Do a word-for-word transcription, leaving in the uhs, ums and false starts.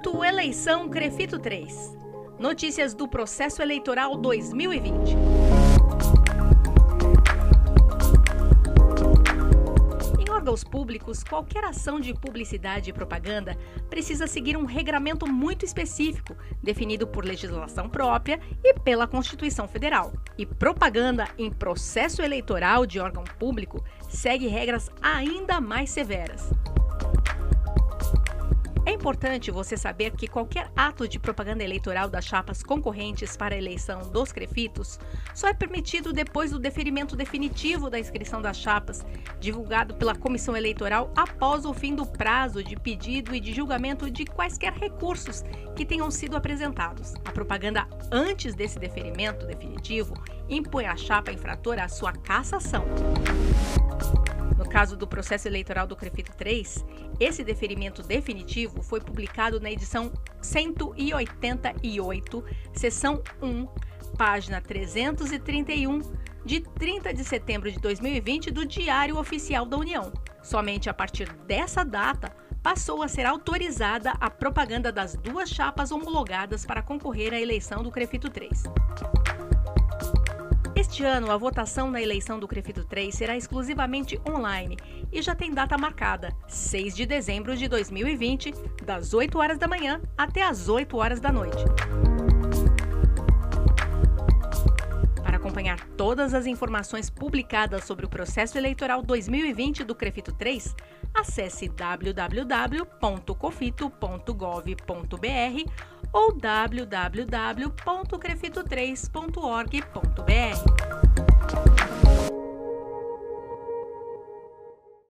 Assunto Eleição Crefito três. Notícias do processo eleitoral dois mil e vinte. Em órgãos públicos, qualquer ação de publicidade e propaganda precisa seguir um regramento muito específico, definido por legislação própria e pela Constituição Federal. E propaganda em processo eleitoral de órgão público segue regras ainda mais severas. É importante você saber que qualquer ato de propaganda eleitoral das chapas concorrentes para a eleição dos crefitos só é permitido depois do deferimento definitivo da inscrição das chapas, divulgado pela Comissão Eleitoral após o fim do prazo de pedido e de julgamento de quaisquer recursos que tenham sido apresentados. A propaganda antes desse deferimento definitivo impõe à chapa infratora a sua cassação. No caso do processo eleitoral do Crefito três, esse deferimento definitivo foi publicado na edição cento e oitenta e oito, seção um, página trezentos e trinta e um, de trinta de setembro de dois mil e vinte do Diário Oficial da União. Somente a partir dessa data passou a ser autorizada a propaganda das duas chapas homologadas para concorrer à eleição do Crefito três. Este ano, a votação na eleição do Crefito três será exclusivamente online e já tem data marcada, seis de dezembro de dois mil e vinte, das oito horas da manhã até as oito horas da noite. Para acompanhar todas as informações publicadas sobre o processo eleitoral dois mil e vinte do Crefito três, acesse w w w ponto cofito ponto gov ponto br ou w w w ponto crefito três ponto org ponto br.